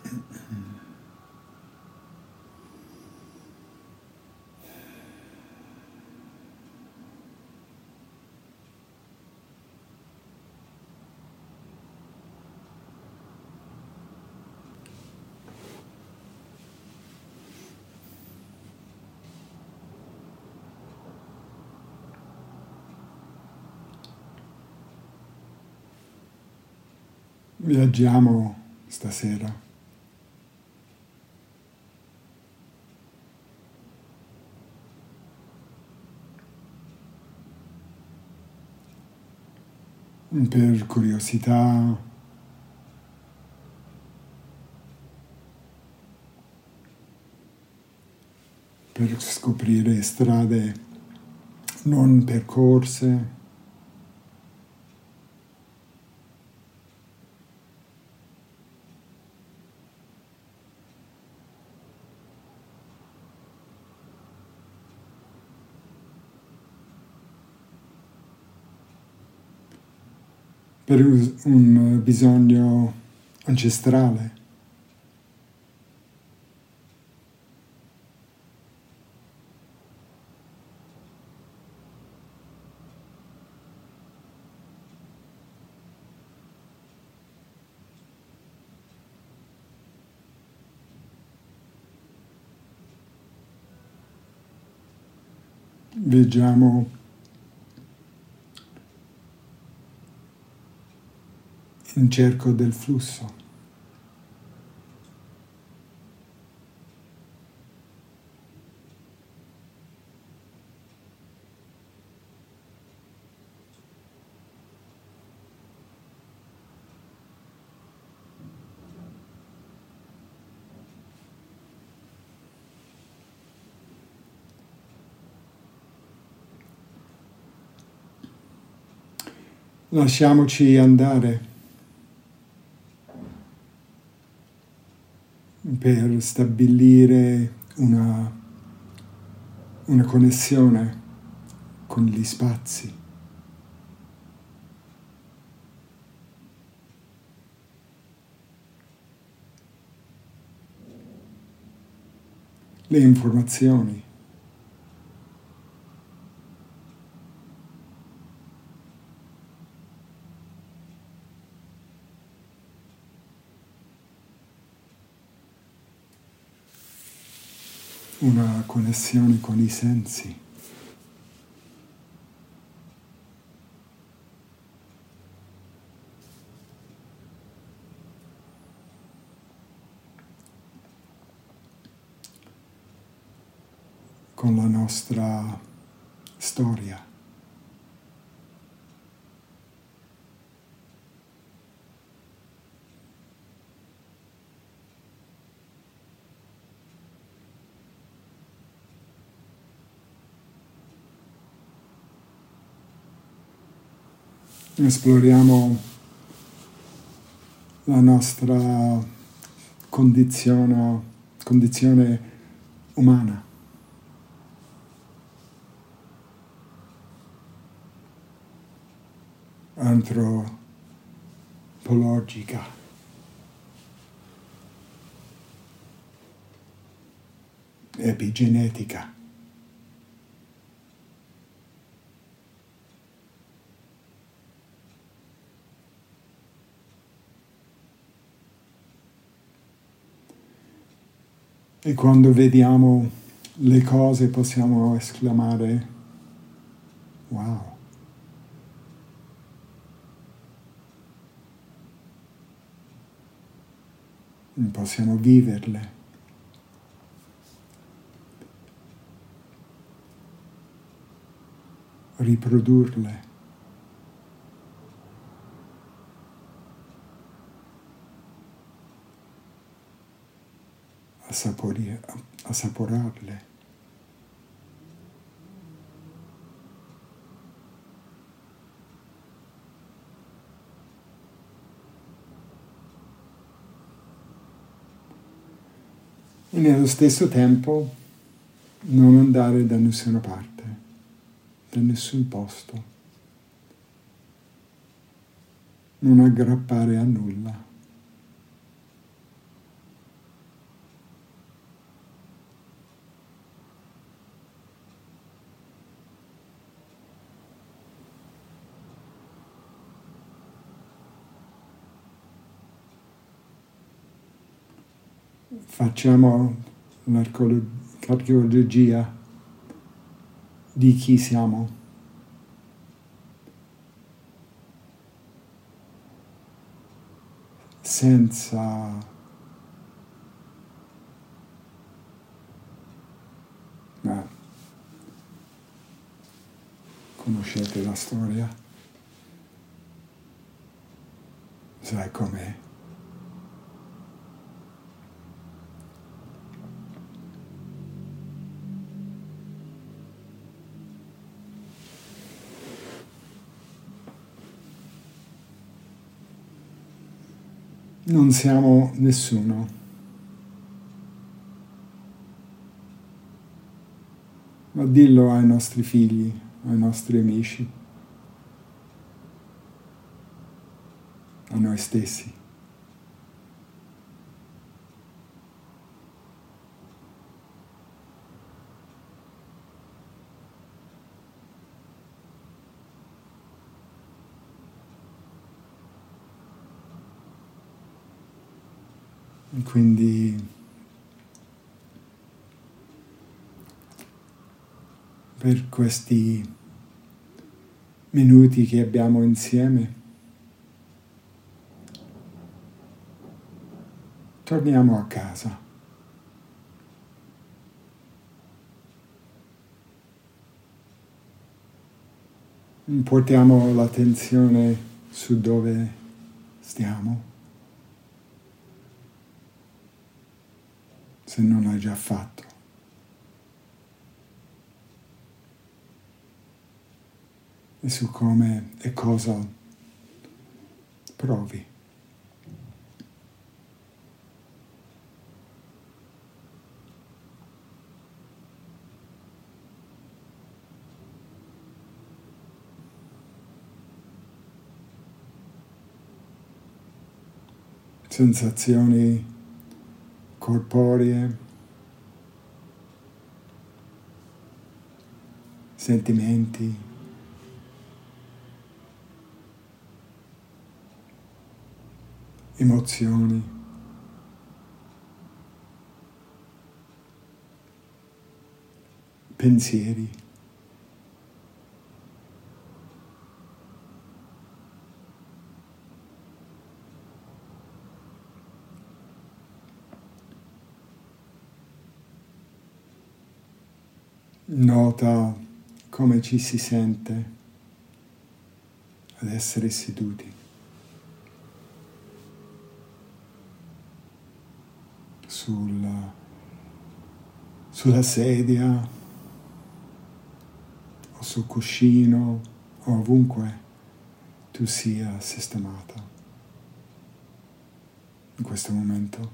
Viaggiamo stasera. Per curiosità, per scoprire strade non percorse, per un bisogno ancestrale. Viaggiamo in cerca del flusso. Lasciamoci andare per stabilire una connessione con gli spazi. Le informazioni. Una connessione con i sensi. Con la nostra storia. Esploriamo la nostra condizione umana. Antropologica. Epigenetica. E quando vediamo le cose possiamo esclamare, wow. Possiamo viverle. Riprodurle. Assaporarle. E nello stesso tempo non andare da nessuna parte, da nessun posto, non aggrappare a nulla. facciamo l'archeologia di chi siamo, senza conoscete la storia, sai com'è. Non siamo nessuno. Ma dillo ai nostri figli, ai nostri amici, a noi stessi. Quindi per questi minuti che abbiamo insieme, torniamo a casa. Portiamo l'attenzione su dove stiamo, se non l'hai già fatto. E su come e cosa provi. Sensazioni corporee, sentimenti, emozioni, pensieri. Nota come ci si sente ad essere seduti sulla sedia o sul cuscino o ovunque tu sia sistemata in questo momento.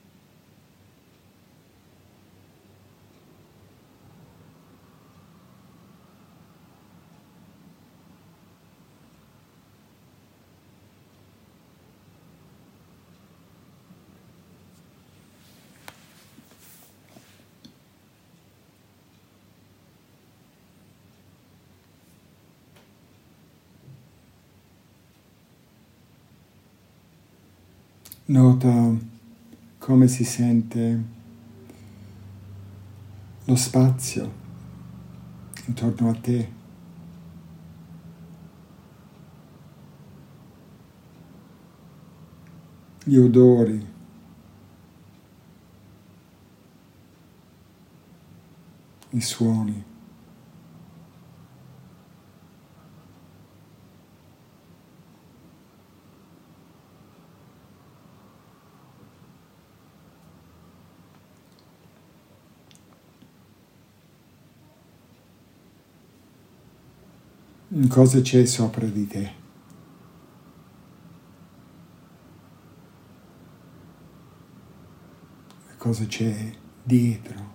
Nota come si sente lo spazio intorno a te. Gli odori, i suoni. Cosa c'è sopra di te? Cosa c'è dietro?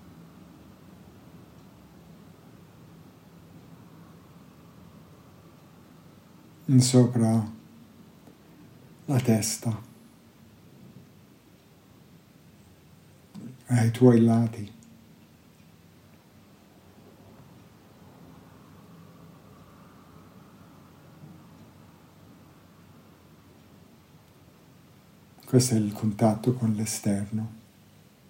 Sopra la testa, ai tuoi lati. Questo è il contatto con l'esterno.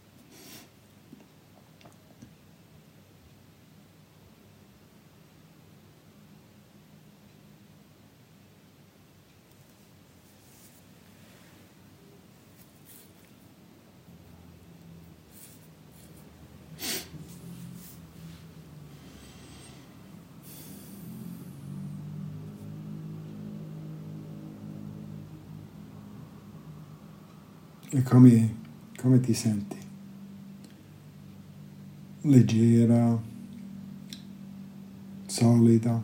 E come ti senti? Leggera, solida.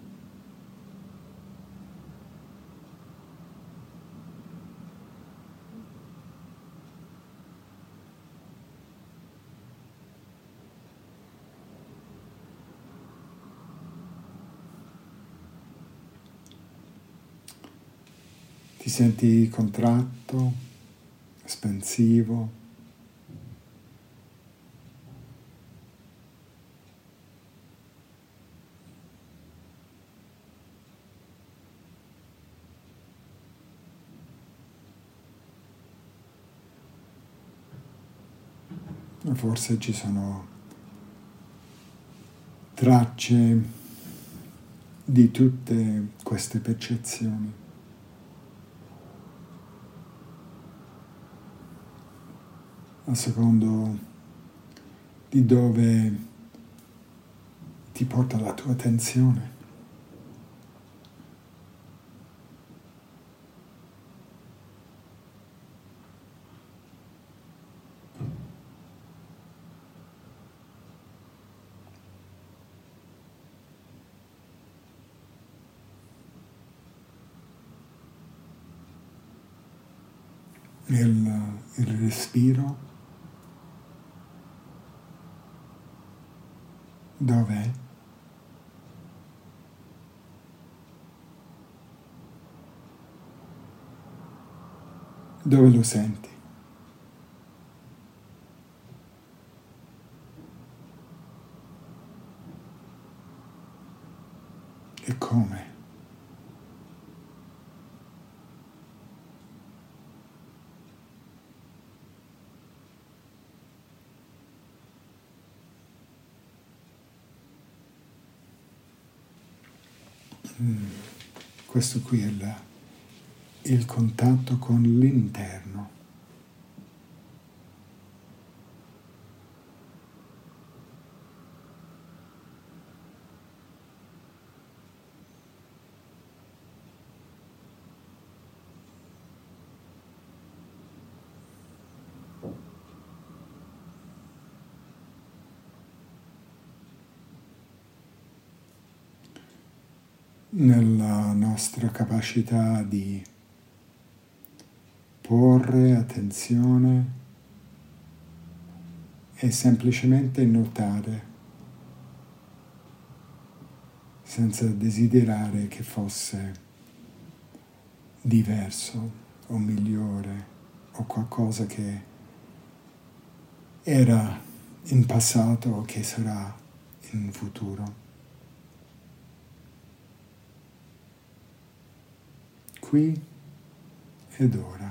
Ti senti contratto, espansivo. Forse ci sono tracce di tutte queste percezioni. A secondo di dove ti porta la tua attenzione. Il respiro, dov'è? Dove lo senti? E come? Questo qui è il contatto con l'interno. Nella nostra capacità di porre attenzione e semplicemente notare, senza desiderare che fosse diverso o migliore o qualcosa che era in passato o che sarà in futuro. Qui ed ora,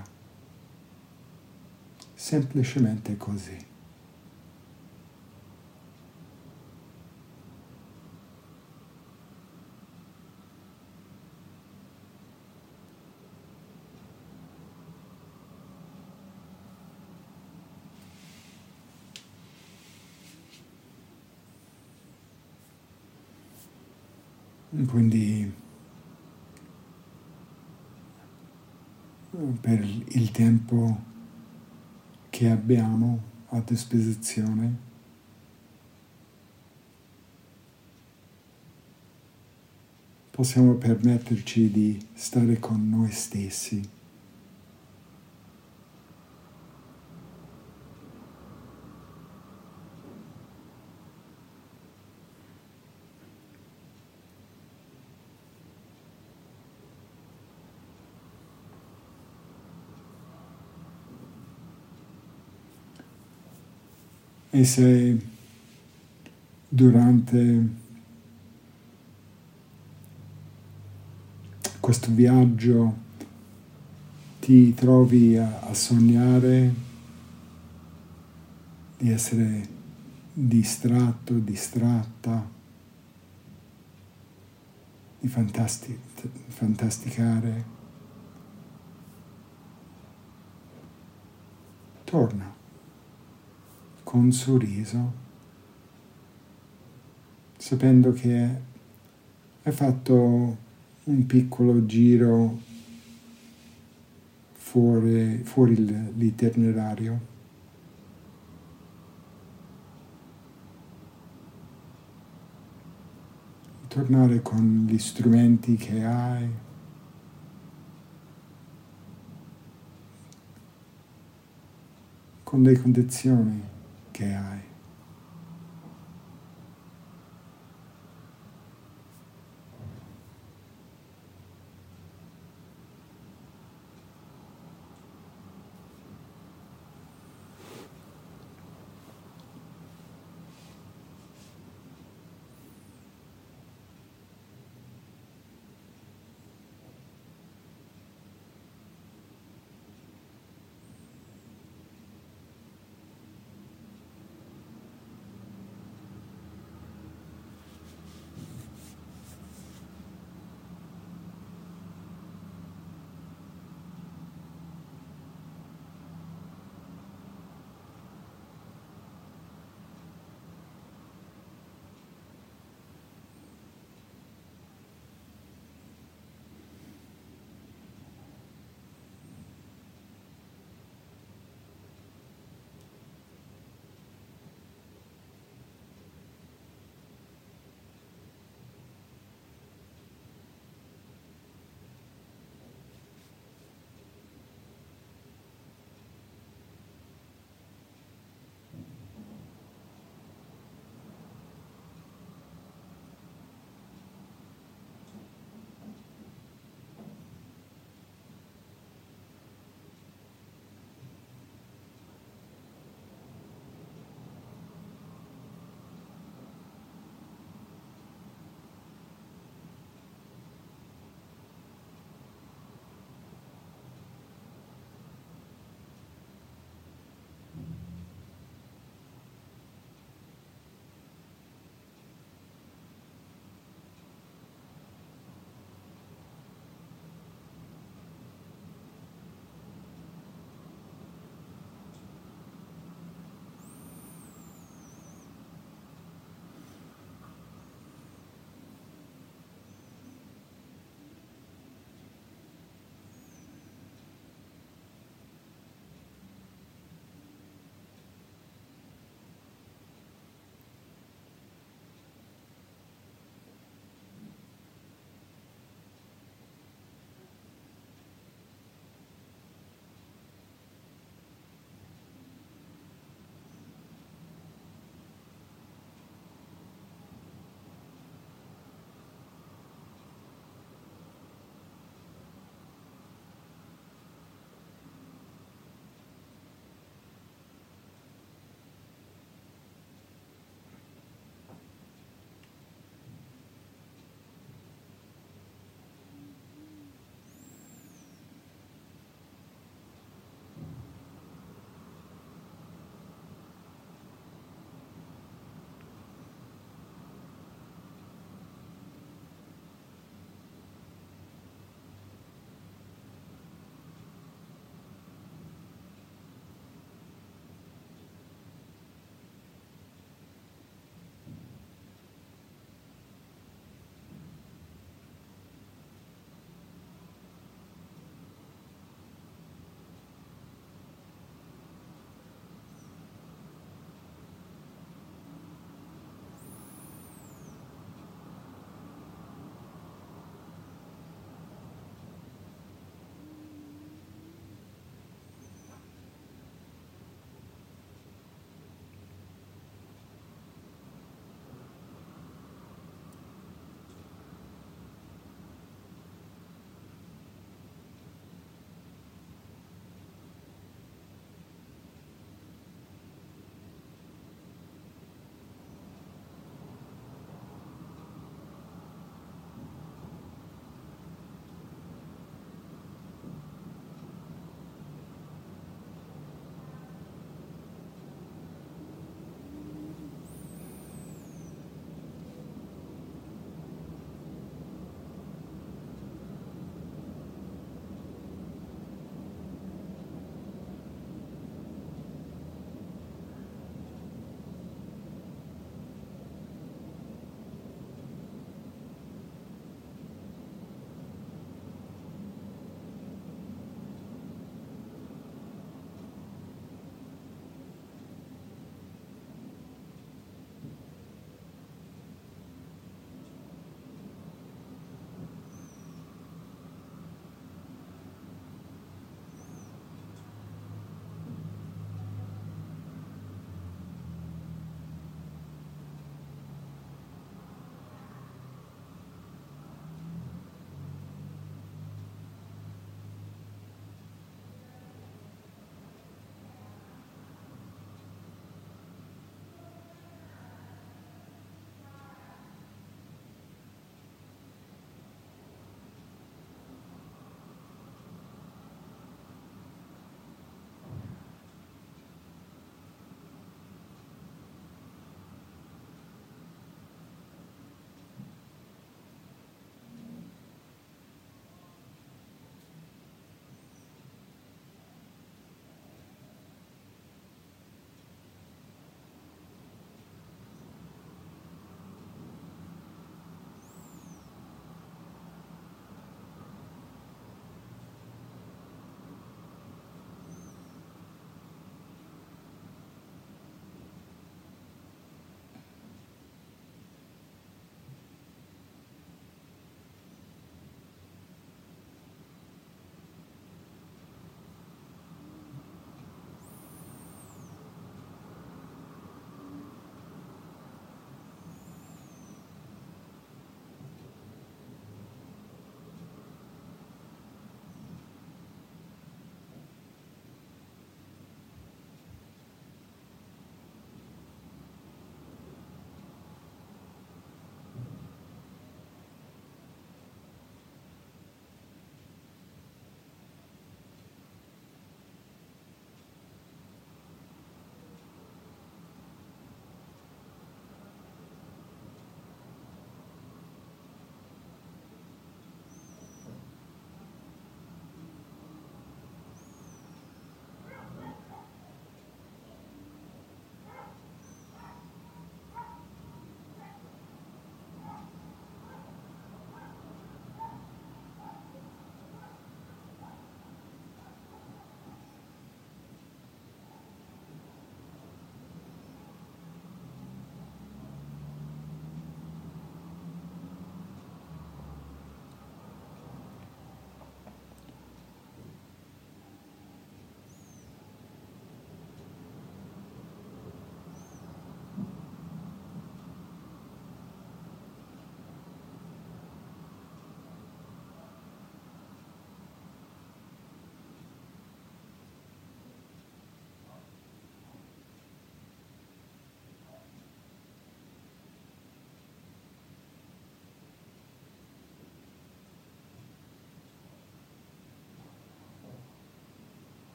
semplicemente così. Quindi per il tempo che abbiamo a disposizione, possiamo permetterci di stare con noi stessi. E se durante questo viaggio ti trovi a sognare di essere distratto, distratta, di fantasticare, torna con un sorriso, sapendo che hai fatto un piccolo giro fuori l'itinerario. Tornare con gli strumenti che hai, con le condizioni che hai.